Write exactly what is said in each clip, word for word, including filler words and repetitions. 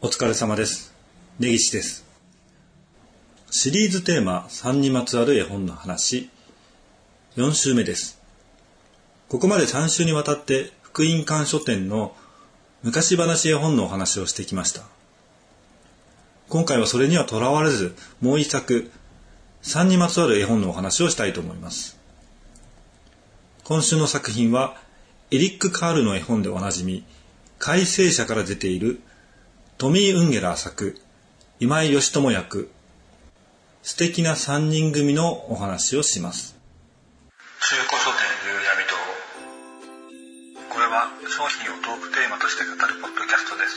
お疲れ様です。根岸です。シリーズテーマさんにまつわる絵本の話よん週目です。ここまでさん週にわたって福音館書店の昔話絵本のお話をしてきました。今回はそれにはとらわれず、もう一作さんにまつわる絵本のお話をしたいと思います。今週の作品はエリック・カールの絵本でおなじみ、改正社から出ているトミー・ウンゲラー作、今井義友役、素敵なさんにん組のお話をします。 中古書店夕闇堂。これは商品をトークテーマとして語るポッドキャストです。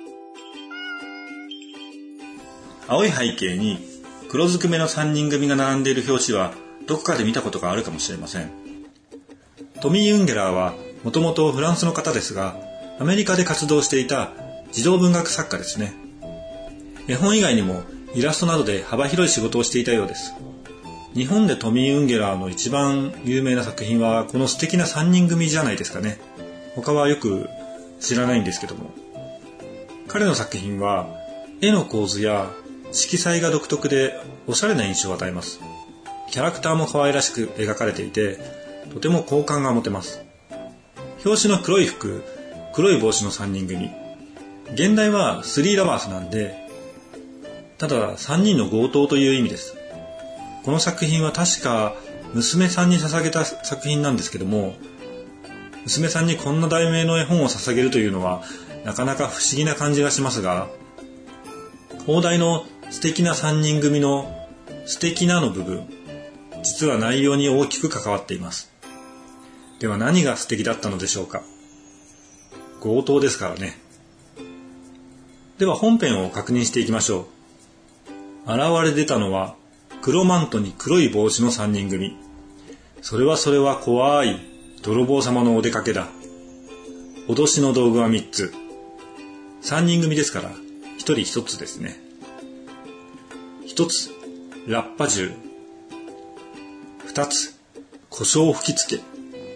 青い背景に黒ずくめのさんにん組が並んでいる表紙はどこかで見たことがあるかもしれません。トミー・ウンゲラーはもともとフランスの方ですが、アメリカで活動していた児童文学作家ですね。絵本以外にもイラストなどで幅広い仕事をしていたようです。日本でトミー・ウンゲラーの一番有名な作品はこの素敵なさんにん組じゃないですかね。他はよく知らないんですけども、彼の作品は絵の構図や色彩が独特でおしゃれな印象を与えます。キャラクターも可愛らしく描かれていて、とても好感が持てます。表紙の黒い服、黒い帽子のさんにん組。現代はスリーラバースなんで、たださんにんの強盗という意味です。この作品は確か娘さんに捧げた作品なんですけども、娘さんにこんな題名の絵本を捧げるというのはなかなか不思議な感じがしますが、放題の素敵なさんにん組の素敵なの部分、実は内容に大きく関わっています。では何が素敵だったのでしょうか。強盗ですからね。では本編を確認していきましょう。現れ出たのは黒マントに黒い帽子のさんにん組。それはそれは怖い泥棒様のお出かけだ。脅しの道具はみっつ。さんにん組ですからひとりひとつですね。ひとつ、ラッパ銃。ふたつ、胡椒吹きつけ。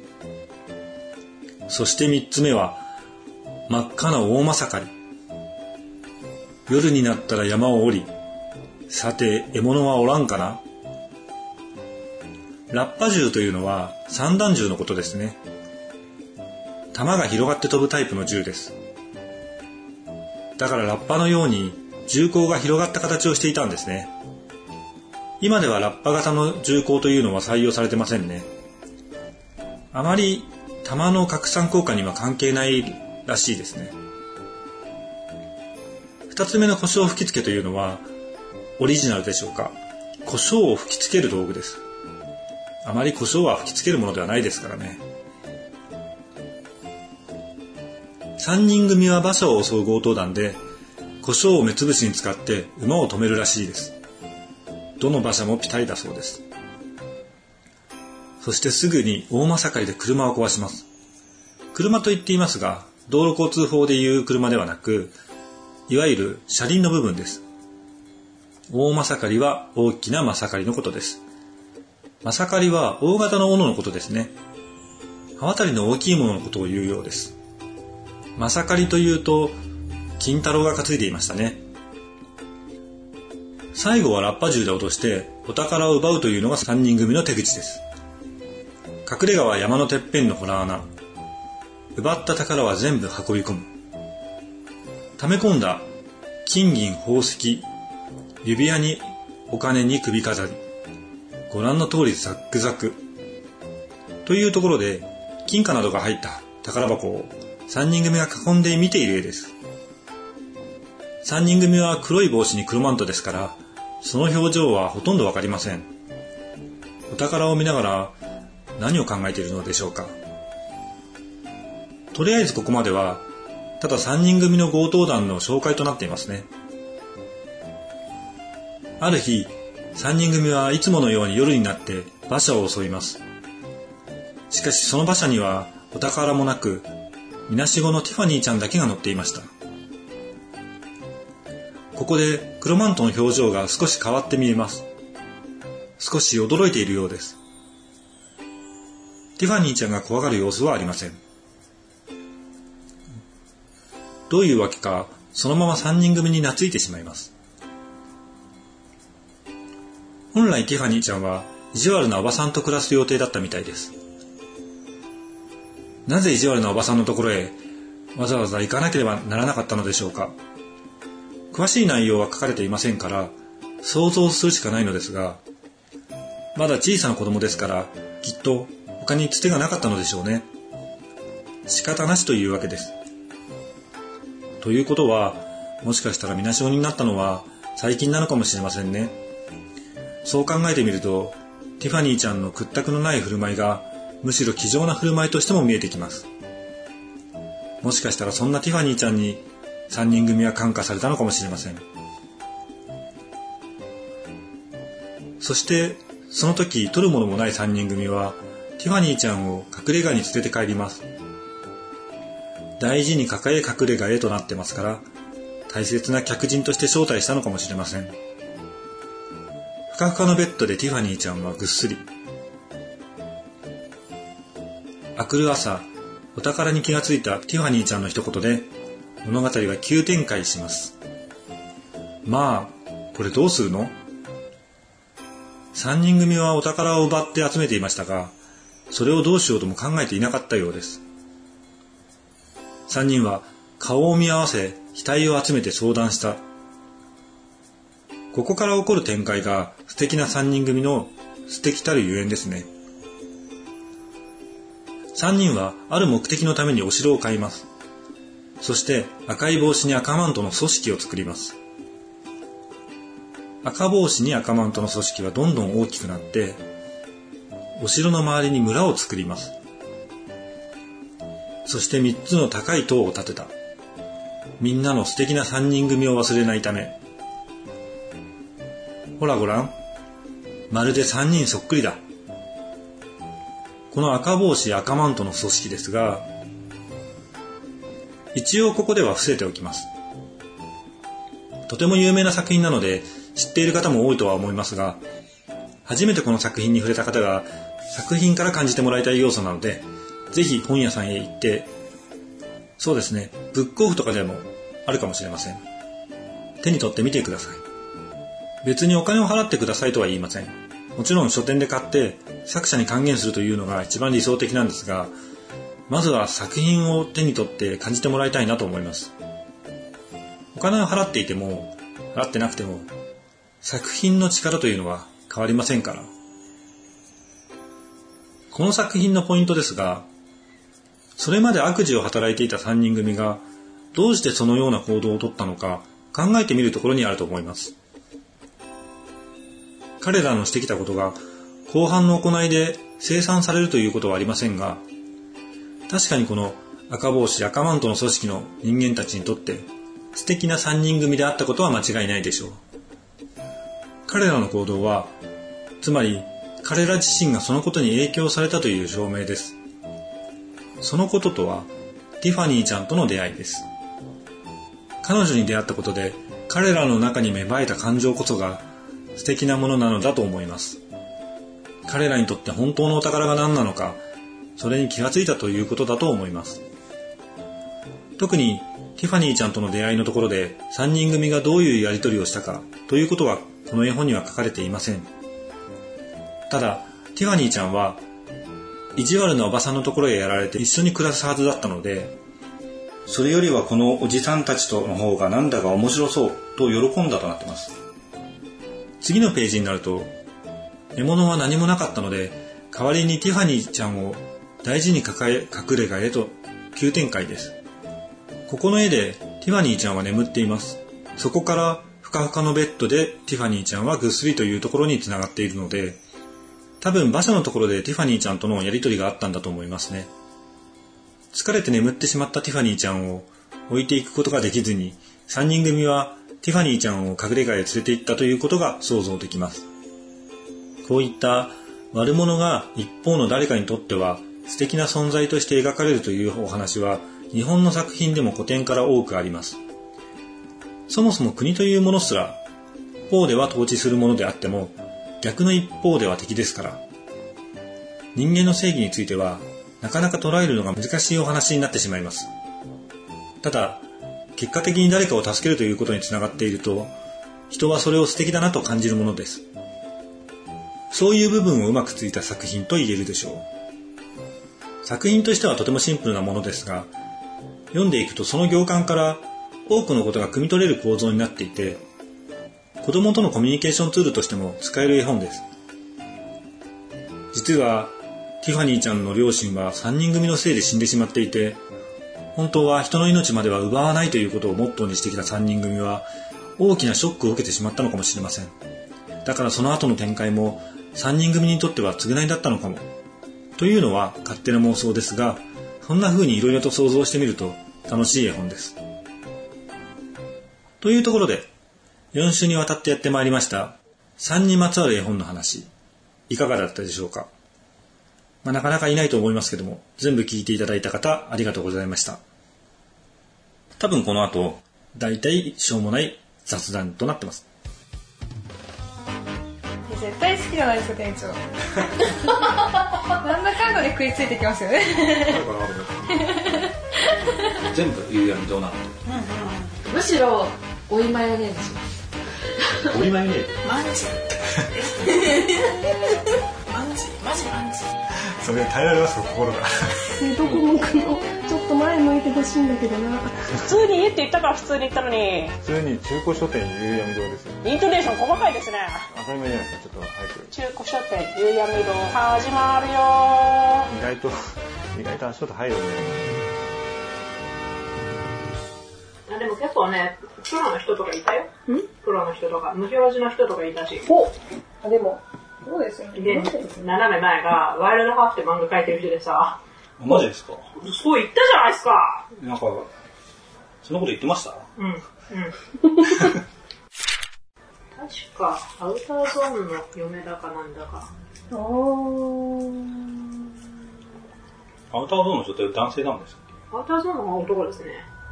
そしてみっつめは真っ赤な大マサカリ。夜になったら山を降り、さて獲物はおらんかな。ラッパ銃というのは散弾銃のことですね。弾が広がって飛ぶタイプの銃です。だからラッパのように銃口が広がった形をしていたんですね。今ではラッパ型の銃口というのは採用されてませんね。あまり弾の拡散効果には関係ないらしいですね。二つ目の胡椒吹きつけというのはオリジナルでしょうか。胡椒を吹きつける道具です。あまり胡椒は吹きつけるものではないですからね。三人組は馬車を襲う強盗団で、胡椒を目つぶしに使って馬を止めるらしいです。どの馬車もピタリだそうです。そしてすぐに大まさかりで車を壊します。車と言っていますが、道路交通法でいう車ではなく、いわゆる車輪の部分です。大まさかりは大きなまさかりのことです。まさかりは大型の斧のことですね。刃渡りの大きいもののことを言うようです。まさかりというと、金太郎が担いでいましたね。最後はラッパ銃で脅してお宝を奪うというのがさんにん組の手口です。隠れ家は山のてっぺんの洞穴。奪った宝は全部運び込む。溜め込んだ金銀宝石、指輪にお金に首飾り。ご覧の通りザックザク。というところで金貨などが入った宝箱をさんにん組が囲んで見ている絵です。さんにん組は黒い帽子に黒マントですから、その表情はほとんどわかりません。お宝を見ながら何を考えているのでしょうか。とりあえずここまではたださんにん組の強盗団の紹介となっていますね。ある日、さんにん組はいつものように夜になって馬車を襲います。しかしその馬車にはお宝もなく、みなしごのティファニーちゃんだけが乗っていました。ここで黒マントの表情が少し変わって見えます。少し驚いているようです。ティファニーちゃんが怖がる様子はありません。どういうわけかそのままさんにん組に懐いてしまいます。本来ティファニーちゃんは意地悪なおばさんと暮らす予定だったみたいです。なぜ意地悪なおばさんのところへわざわざ行かなければならなかったのでしょうか。詳しい内容は書かれていませんから想像するしかないのですが、まだ小さな子供ですからきっと他につてがなかったのでしょうね。仕方なしというわけです。ということは、もしかしたらみなしごになったのは最近なのかもしれませんね。そう考えてみると、ティファニーちゃんの屈託のない振る舞いがむしろ気丈な振る舞いとしても見えてきます。もしかしたらそんなティファニーちゃんにさんにん組は感化されたのかもしれません。そしてその時取るものもないさんにん組はティファニーちゃんを隠れ家に連れて帰ります。大事に抱え隠れ家へとなってますから、大切な客人として招待したのかもしれません。ふかふかのベッドでティファニーちゃんはぐっすり。明くる朝、お宝に気がついたティファニーちゃんの一言で物語は急展開します。まあ、これどうするの？さんにん組はお宝を奪って集めていましたが、それをどうしようとも考えていなかったようです。さんにんは顔を見合わせ、額を集めて相談した。ここから起こる展開が素敵なさんにん組の素敵たるゆえんですね。さんにんはある目的のためにお城を買います。そして赤い帽子に赤マントの組織を作ります。赤帽子に赤マントの組織はどんどん大きくなって、お城の周りに村を作ります。そしてみっつの高い塔を建てた。みんなの素敵なさんにん組を忘れないため。ほらごらん。まるでさんにんそっくりだ。この赤帽子赤マントの組織ですが、一応ここでは伏せておきます。とても有名な作品なので知っている方も多いとは思いますが、初めてこの作品に触れた方が作品から感じてもらいたい要素なので、ぜひ本屋さんへ行って、そうですね、ブックオフとかでもあるかもしれません。手に取ってみてください。別にお金を払ってくださいとは言いません。もちろん書店で買って作者に還元するというのが一番理想的なんですが、まずは作品を手に取って感じてもらいたいなと思います。お金を払っていても払ってなくても作品の力というのは変わりませんから。この作品のポイントですが、それまで悪事を働いていたさんにん組がどうしてそのような行動をとったのか考えてみるところにあると思います。彼らのしてきたことが後半の行いで清算されるということはありませんが、確かにこの赤帽子赤マントの組織の人間たちにとって素敵なさんにん組であったことは間違いないでしょう。彼らの行動は、つまり彼ら自身がそのことに影響されたという証明です。そのこととはティファニーちゃんとの出会いです。彼女に出会ったことで彼らの中に芽生えた感情こそが素敵なものなのだと思います。彼らにとって本当のお宝が何なのか、それに気がついたということだと思います。特にティファニーちゃんとの出会いのところでさんにん組がどういうやり取りをしたかということはこの絵本には書かれていません。ただティファニーちゃんは意地悪なおばさんのところへやられて一緒に暮らすはずだったので、それよりはこのおじさんたちとの方がなんだか面白そうと喜んだとなっています。次のページになると、獲物は何もなかったので代わりにティファニーちゃんを大事に抱え隠れ家へと急展開です。ここの絵でティファニーちゃんは眠っています。そこからふかふかのベッドでティファニーちゃんはぐっすりというところにつながっているので、多分馬車のところでティファニーちゃんとのやりとりがあったんだと思いますね。疲れて眠ってしまったティファニーちゃんを置いていくことができずに、さんにん組はティファニーちゃんを隠れ家へ連れて行ったということが想像できます。こういった悪者が一方の誰かにとっては素敵な存在として描かれるというお話は日本の作品でも古典から多くあります。そもそも国というものすら一方では統治するものであっても逆の一方では敵ですから、人間の正義についてはなかなか捉えるのが難しいお話になってしまいます。ただ結果的に誰かを助けるということにつながっていると、人はそれを素敵だなと感じるものです。そういう部分をうまくついた作品と言えるでしょう。作品としてはとてもシンプルなものですが、読んでいくとその行間から多くのことが汲み取れる構造になっていて、子供とのコミュニケーションツールとしても使える絵本です。実はティファニーちゃんの両親はさんにん組のせいで死んでしまっていて、本当は人の命までは奪わないということをモットーにしてきたさんにん組は大きなショックを受けてしまったのかもしれません。だからその後の展開もさんにん組にとっては償いだったのかも。というのは勝手な妄想ですが、そんな風にいろいろと想像してみると楽しい絵本です。というところで、よん週にわたってやってまいりましたさんにまつわる絵本の話、いかがだったでしょうか。まあ、なかなかいないと思いますけども、全部聞いていただいた方ありがとうございました。多分この後、だいたいしょうもない雑談となってます。 絶対好きじゃないですか、店長。なんだかんだで食いついてきますよね。 全部夕闇どうなの？ むしろ追いマヨネーズ。 追いマヨネーズ。 マンジ。マンジ、マジマンジ。 それ耐えられますか、心が。 どこ向くの？ちょっと前向いてほしいんだけどな。 普通に家って言ったから普通に言ったのに。 普通に中古書店夕闇堂ですよ。 イントネーション細かいですね。 当たり前じゃないですか、ちょっと早く。 中古書店夕闇堂始まるよ。 意外と意外と足音入るね。 でも結構ね、プロの人とかいたよ。ん？プロの人とか、無表示の人とかいたし。 お、あでもそうですよね。 で、斜め前がワイルドハーフって漫画描いてる人でさ。 マジですか？ そう言ったじゃないですか。 なんかそんなこと言ってました？ うんうん。確かアウターゾーンの嫁だかなんだか。 あー。 アウターゾーンの人って男性なんですか？ アウターゾーンの男ですね。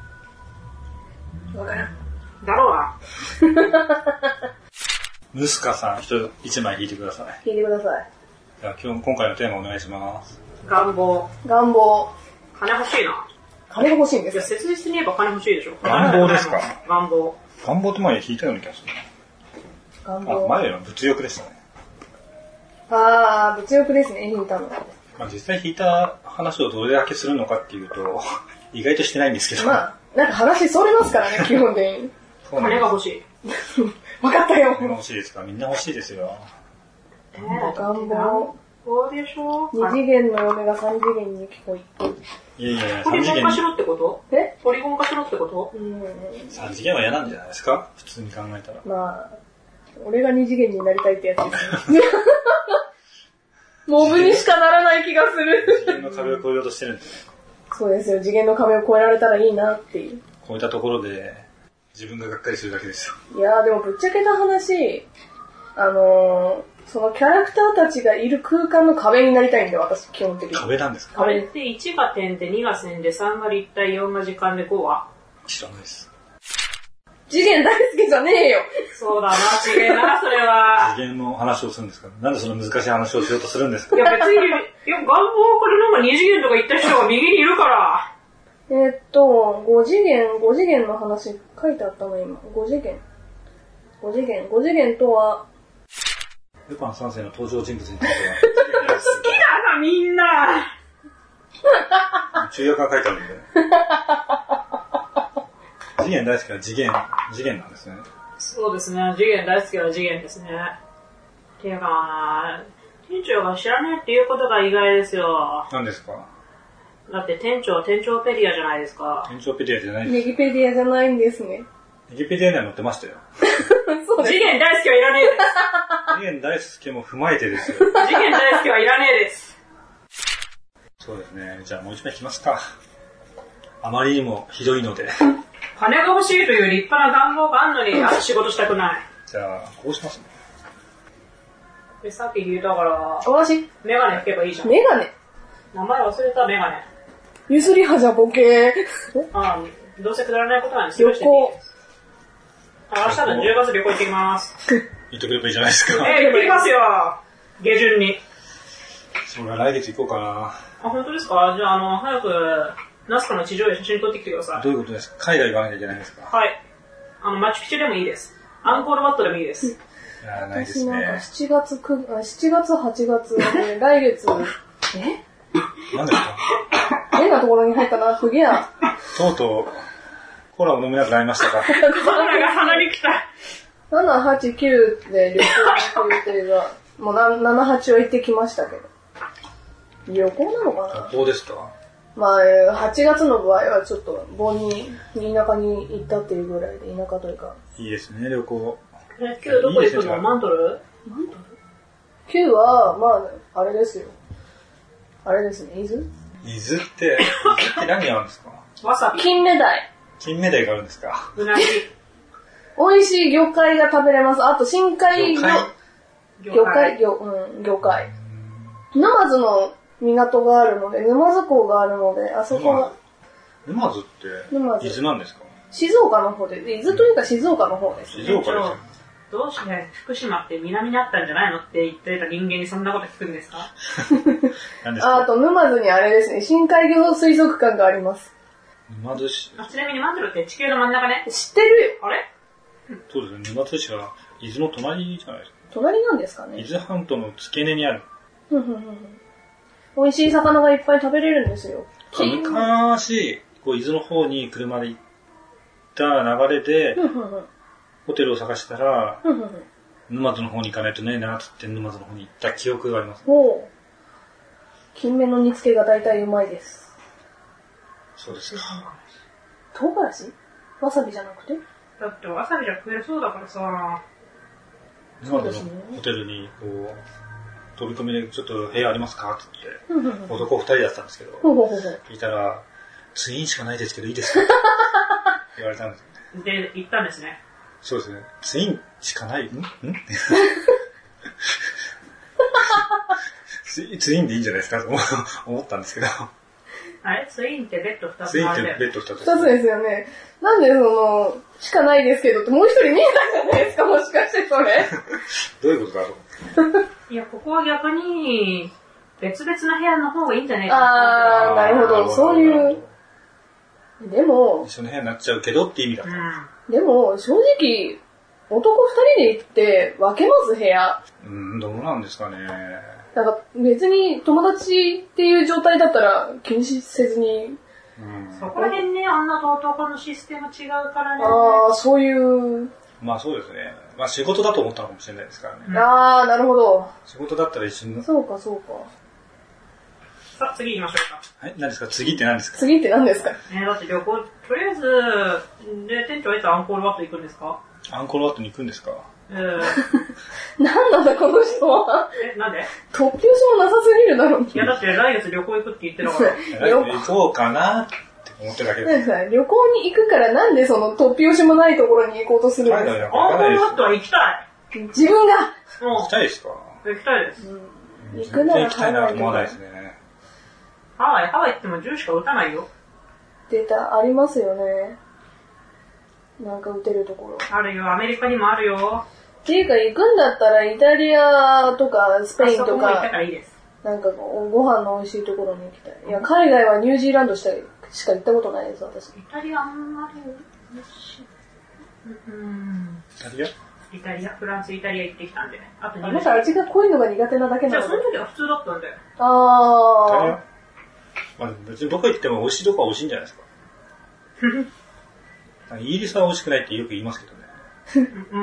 わからん。 だろうな。 ムスカさん、一一枚引いてください。 聞いてください。 じゃあ今日今回のテーマお願いします。 願望。 願望。 金欲しいな。 金が欲しいんでいや、 す。 切実に言えば金欲しいでしょ。 願望ですか？ 願望。 願望って前引いたような気がする。 願あ、 望。 前の物欲でしたね。 あー、物欲ですね、引いたの。 まあ、実際引いた話をどれだけするのかっていうと意外としてないんですけど。 まあ、なんか話それますからね、基本的に。 金が欲しい。 分かったよ。 金が欲しいですか？みんな欲しいですよ。 えー、願望。 そうでしょ。 二次元の嫁が三次元に聞こえて。 いやいやいや、 ポリゴン化し三次元ろってことえポリゴン化しろってことうん。 三次元は嫌なんじゃないですか？普通に考えたら。 まあ、俺が二次元になりたいってやつですね。モブにしかならない気がする。 次元の壁を越えようとしてるんですね。 そうですよ、次元の壁を越えられたらいいなっていう。 越えたところで自分ががっかりするだけですよ。 いやーでもぶっちゃけた話、あのー、そのキャラクターたちがいる空間の壁になりたいんで、私基本的に。 壁なんですか？ 壁っていちが点でにが線でさんが立体よんが時間でごは知らないです。 次元大好きじゃねえよ。 そうだな、次元な、それは。 次元の話をするんですか？なんでその難しい話をしようとするんですか？ いや別に、いや願望これなんかに次元とか言った人が右にいるから。 えー、っと、ご次元、ご次元の話書いてあったの今。ご次元。ご次元、ご次元とは、 ルパン三世の登場人物については好きだな、みんな。 中訳が書いてあるんで。次元大好きな次元、次元なんですね。 そうですね、次元大好きな次元ですね。ていうか、店長が知らないっていうことが意外ですよ。 何ですか？ だって店長は店長ペディアじゃないですか。 店長ペディアじゃないです。 ネギペディアじゃないんですね。 ネギペディアには載ってましたよ。 そうです。 次元大好きはいらねえです。 次元大好きも踏まえてですよ。 次元大好きはいらねえです。 そうですね。じゃあもう一枚引きますか。あまりにもひどいので。 金が欲しいという立派な願望があるのに、あ仕事したくない。 じゃあ、こうしますね。 で、さっき言ったから、 私、 メガネ拭けばいいじゃん。 メガネ。 名前忘れたメガネ。 ゆすりはじゃボケああ、どうせくだらないことなんで、すぐしてみて。あ、明日のじゅうがつ旅行行ってきます。 言ってくればいいじゃないですか。 えー、行ってきますよ。下旬に。 それは来月行こうかな。 あ、本当ですか？じゃあ、あの、早くナスカの地上絵写真撮ってきてください。 どういうことですか？海外行かなきゃいけないんですか？ はい。あの、マチュピチュでもいいです。アンコールワットでもいいです。 いや、ないです私なんかね。 しちがつ、くしちがつ、はちがつで、来月、え何ですか？ 変なところに入ったな、すげえな。 とうとう、コーラを飲めなくなりましたか？ コーラが鼻に来た。 なな、はち、きゅうで旅行に行く予定が、もうななな、はちは行ってきましたけど。旅行なのかな？ どうですか？ まあ、えーはちがつの場合はちょっと、盆に、田舎に行ったっていうぐらいで、田舎というか。 いいですね、旅行。 え、今日どこ行くの？マントル？ マントル きゅう は、まあ、あれですよ。あれですね、伊豆伊豆って、伊豆って何があるんですか？ わさび。 金目鯛。 金目鯛があるんですか？ うなぎ。 美味しい魚介が食べれます。あと、深海魚。魚介魚、うん、魚介。沼津の港があるので、沼津港があるので、あそこは。 沼津って、 沼津伊豆なんですか？ 静岡の方で、伊豆というか静岡の方ですね。 静岡ですよ。 どうして福島って南にあったんじゃないのって言ってた人間にそんなこと聞くんですか？ 何ですか？ あと、沼津にあれですね、深海魚水族館があります。 沼津市。 あ、ちなみにマントルって地球の真ん中ね。 知ってるよ。 あれ？ そうですね、沼津市は伊豆の隣じゃないですか。 隣なんですかね。 伊豆半島の付け根にある。 ふんふんふんふん。美味しい魚がいっぱい食べれるんですよ。 昔、こう伊豆の方に車で行った流れで、 ふんふんふん。 ホテルを探したら、 ふんふんふん。 沼津の方に行かないとねえなって言って沼津の方に行った記憶があります。 ほう。金目の煮付けが大体うまいです。 そうですか。 唐辛子？わさびじゃなくて？ だってわさびじゃ食えそうだからさ。 沼津のホテルに、こう、飛び込みでちょっと部屋ありますかって言って、男二人だったんですけど、 ほうほうほうほう。 聞いたら、ツインしかないですけどいいですかって言われたんですよね。 で、行ったんですね。 そうですね。ツインしかないんんツイツインでいいんじゃないですかと思ったんですけど。 あれツインってベッド二つツインってあるんだよ。 ベッド二つ。 二つですよね。なんでその、しかないですけどってもう一人見えたんじゃないですか、もしかしてそれ。 どういうことだろう。 いや、ここは逆に、別々の部屋の方がいいんじゃないかあー、なるほど。そういう。でも、 一緒の部屋になっちゃうけどって意味だった。 うん。 でも、正直、男二人で行って分けます、部屋。 うん、どうなんですかね。 なんか別に友達っていう状態だったら気にせずに。 うん、 そこら辺ね、女と男のシステム違うからね。 あー、そういう。 まあそうですね。まあ仕事だと思ったのかもしれないですからね。 うん、 あー、なるほど。 仕事だったら一緒に。 そうか、そうか。 さあ、次行きましょうか。 はい、何ですか？次って何ですか？ 次って何ですか？ えー、だって旅行、とりあえず、で、店長はいつアンコールワット行くんですか？ アンコールワットに行くんですか？ えー、 何なんだ、この人は。 え、なんで？ 突拍子もなさすぎるだろう。 いや、だって来月旅行行くって言ってたから。 行こうかなって思ってるだけです。 なんか旅行に行くからなんでその突拍子もないところに行こうとするんですか？ 海外なんかアンコール行かないですワットは行きたい。 自分が。 も行きたいですか？ う、行きたいです。 うん、 行行くなら行きたいなと思わないですね。 ハワイ、ハワイ行っても銃しか撃たないよ。 データありますよね。なんか撃てるところ。 あるよ、アメリカにもあるよ。 っていうか行くんだったらイタリアとかスペインとあそこも行ったか、 からいいです。 なんかごご飯の美味しいところに行きたい。いや、海外はニュージーランドしかしか行ったことないです、私。 イタリアあんまり美味しい。うん。 イタリア？ イタリア、フランス、イタリア行ってきたんで。あとニューなんジーか味が濃いのが苦手なだけじゃあそなので。 の時は普通だったんだよ。 イタリあア？まあ別にどこ行っても美味しいとこは美味しいんじゃないですか。イギリスは美味しくないってよく言いますけどね。 うん。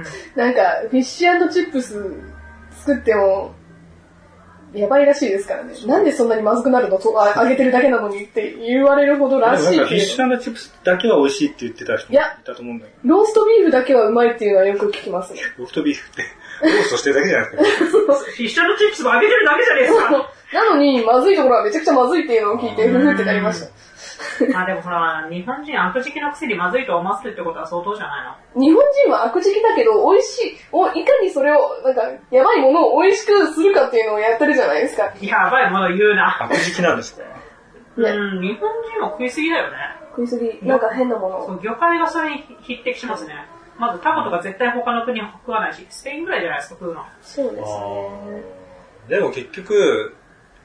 ー。なんか、フィッシュ&チップス作っても、やばいらしいですからね。なんでそんなにまずくなるのとあ揚げてるだけなのにって言われるほどらしいなんかフィッけど。 シュ&チップスだけは美味しいって言ってた人もいたと思うんだけど。 ローストビーフだけはうまいっていうのはよく聞きますね。 ロフトビーフって、ローストしてるだけじゃないですか。 フィッシュ&チップスも揚げてるだけじゃねえですか。 なのに、まずいところはめちゃくちゃまずいっていうのを聞いて、ふふってなりました。 あ、でもほら、日本人悪食のくせにまずいと思わせるってことは相当じゃないの？ 日本人は悪食だけど、美味しい、おいかにそれを、なんか、やばいものを美味しくするかっていうのをやってるじゃないですか。 やばいもの言うな。 悪食なんですか？ うん、日本人も食いすぎだよね。 食いすぎ、なんか変なものを。 そう、魚介がそれに匹敵しますね。まずタコとか絶対他の国は食わないし、スペインぐらいじゃないですか、食うの。 そうですね。 でも結局、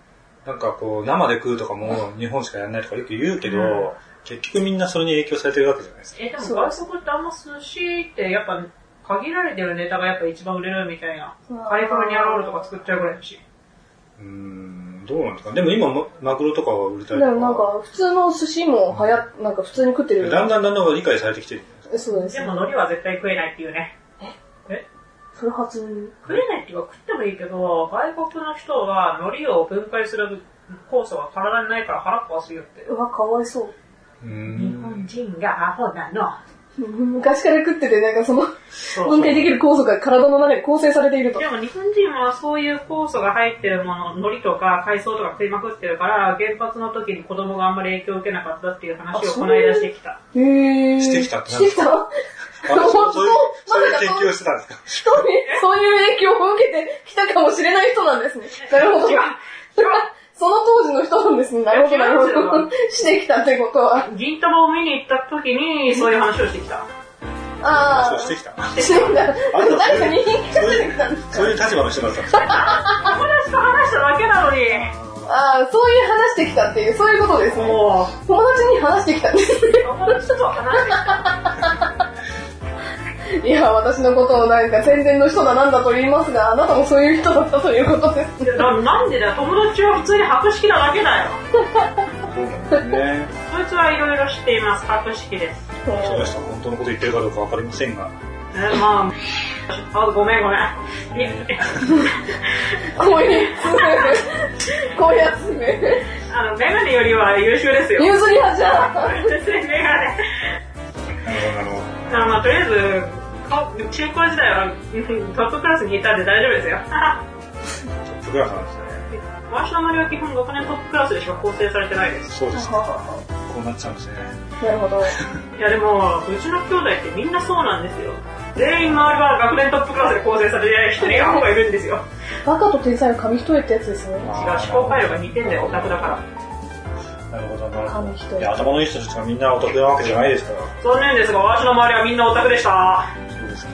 なんかこう、生で食うとかも日本しかやらないとかよく言うけど、うん、結局みんなそれに影響されてるわけじゃないですか。 え、でも外国ってあんま寿司ってやっぱ限られてるネタがやっぱ一番売れるみたいな。カリフォルニアロールとか作っちゃうぐらいだし。 うーん、どうなんですか。でも今マグロとかは売れたりとか。 でもなんか普通の寿司も流行、なんか普通に食ってる。 だんだんだんだん理解されてきてる。 そうです、ね。 でも海苔は絶対食えないっていうね。 ええそれ初に食えないっていうか食ってもいいけど、外国の人は海苔を分解する酵素が体にないから腹壊すよって。 うわ、かわいそう。 うーん日本人がアホなの。 昔から食ってて、なんかその、分解できる酵素が体の中で構成されていると。 でも日本人はそういう酵素が入ってるもの、海苔とか海藻とか食いまくってるから、原発の時に子供があんまり影響を受けなかったっていう話をこの間してきた。 へー。 してきたってしてきたそういう、そういう研究をしてたんですか？ そういう影響を受けてきたかもしれない人なんですね。なるほど。その当時の人なんですね。なるほど、なるほど。してきたってことは。 銀玉を見に行った時に、そういう話をしてきた。 ああ。そうしてきた。 してきた。誰かに聞かせてきたんですか？ そういう立場の人だったんですか？ 友達と話しただけなのに。 ああ、そういう話してきたっていう、そういうことですね。友達に話してきたんですね。 友達と話してきた。 いや、私のことをなんか戦前の人だなんだと言いますが、あなたもそういう人だったということです。 な, なんでだよ、友達は普通に博識なだけだよ。 そうなんですね。 そいつはいろいろ知っています。博識です。 その人は本当のこと言ってるかどうかわかりませんが。 えー、まあ、あ、ごめんごめん。 こういうやつ。こういうやつね。 あの、メガネよりは優秀ですよ。 譲り派じゃん。 メガネ。 なるほど、なるほど。 あまあ、とりあえず、中高時代はトップクラスにいたんで大丈夫ですよ。 トップクラスなんですね。 私の周りは基本ろくねんトップクラスでしか構成されてないです。 そうですね。こうなっちゃうんですね。 なるほど。 いやでも、うちの兄弟ってみんなそうなんですよ。全員周りは学年トップクラスで構成されて一人アホがいるんですよ。 バカと天才の紙一重ってやつですね。違う、 思考回路が似てんだよ、オタクだから。 なるほどな。いや、頭のいい人たちがみんなオタクなわけじゃないですから。 残念ですが、私の周りはみんなオタクでした。 そうですか。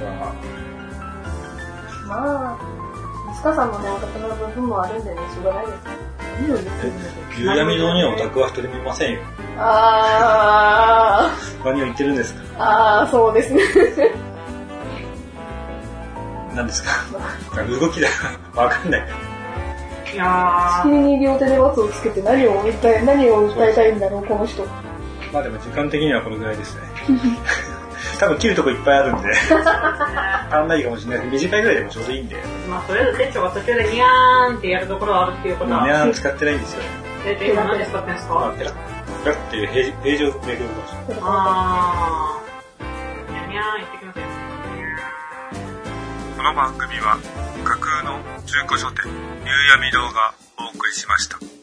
まあ、スカさんのね、オタクの部分もあるんでね、しょうがないです。いいよですよね。 牛闇堂にはオタクは一人もいませんよ。 あー。何を言ってるんですか？ あー、そうですね。 何ですか？動きだ。わかんない。 いやー。地球に両手でバツをつけて何を訴え、何を訴えたいんだろう、この人。 まあでも時間的にはこのぐらいですね。多分切るとこいっぱいあるんで、あんまりいいかもしれないけど、短いぐらいでもちょうどいいんで。 まあとりあえず店長が途中でニャーンってやるところがあるっていうことは。 ニャーン使ってないんですよ。 え、で、今何で使ってんですか？ ペラッ、ペラッっていうページをめくることです。 あー。ニャニャーン言ってきますよ。 この番組は架空の中古書店夕闇堂がお送りしました。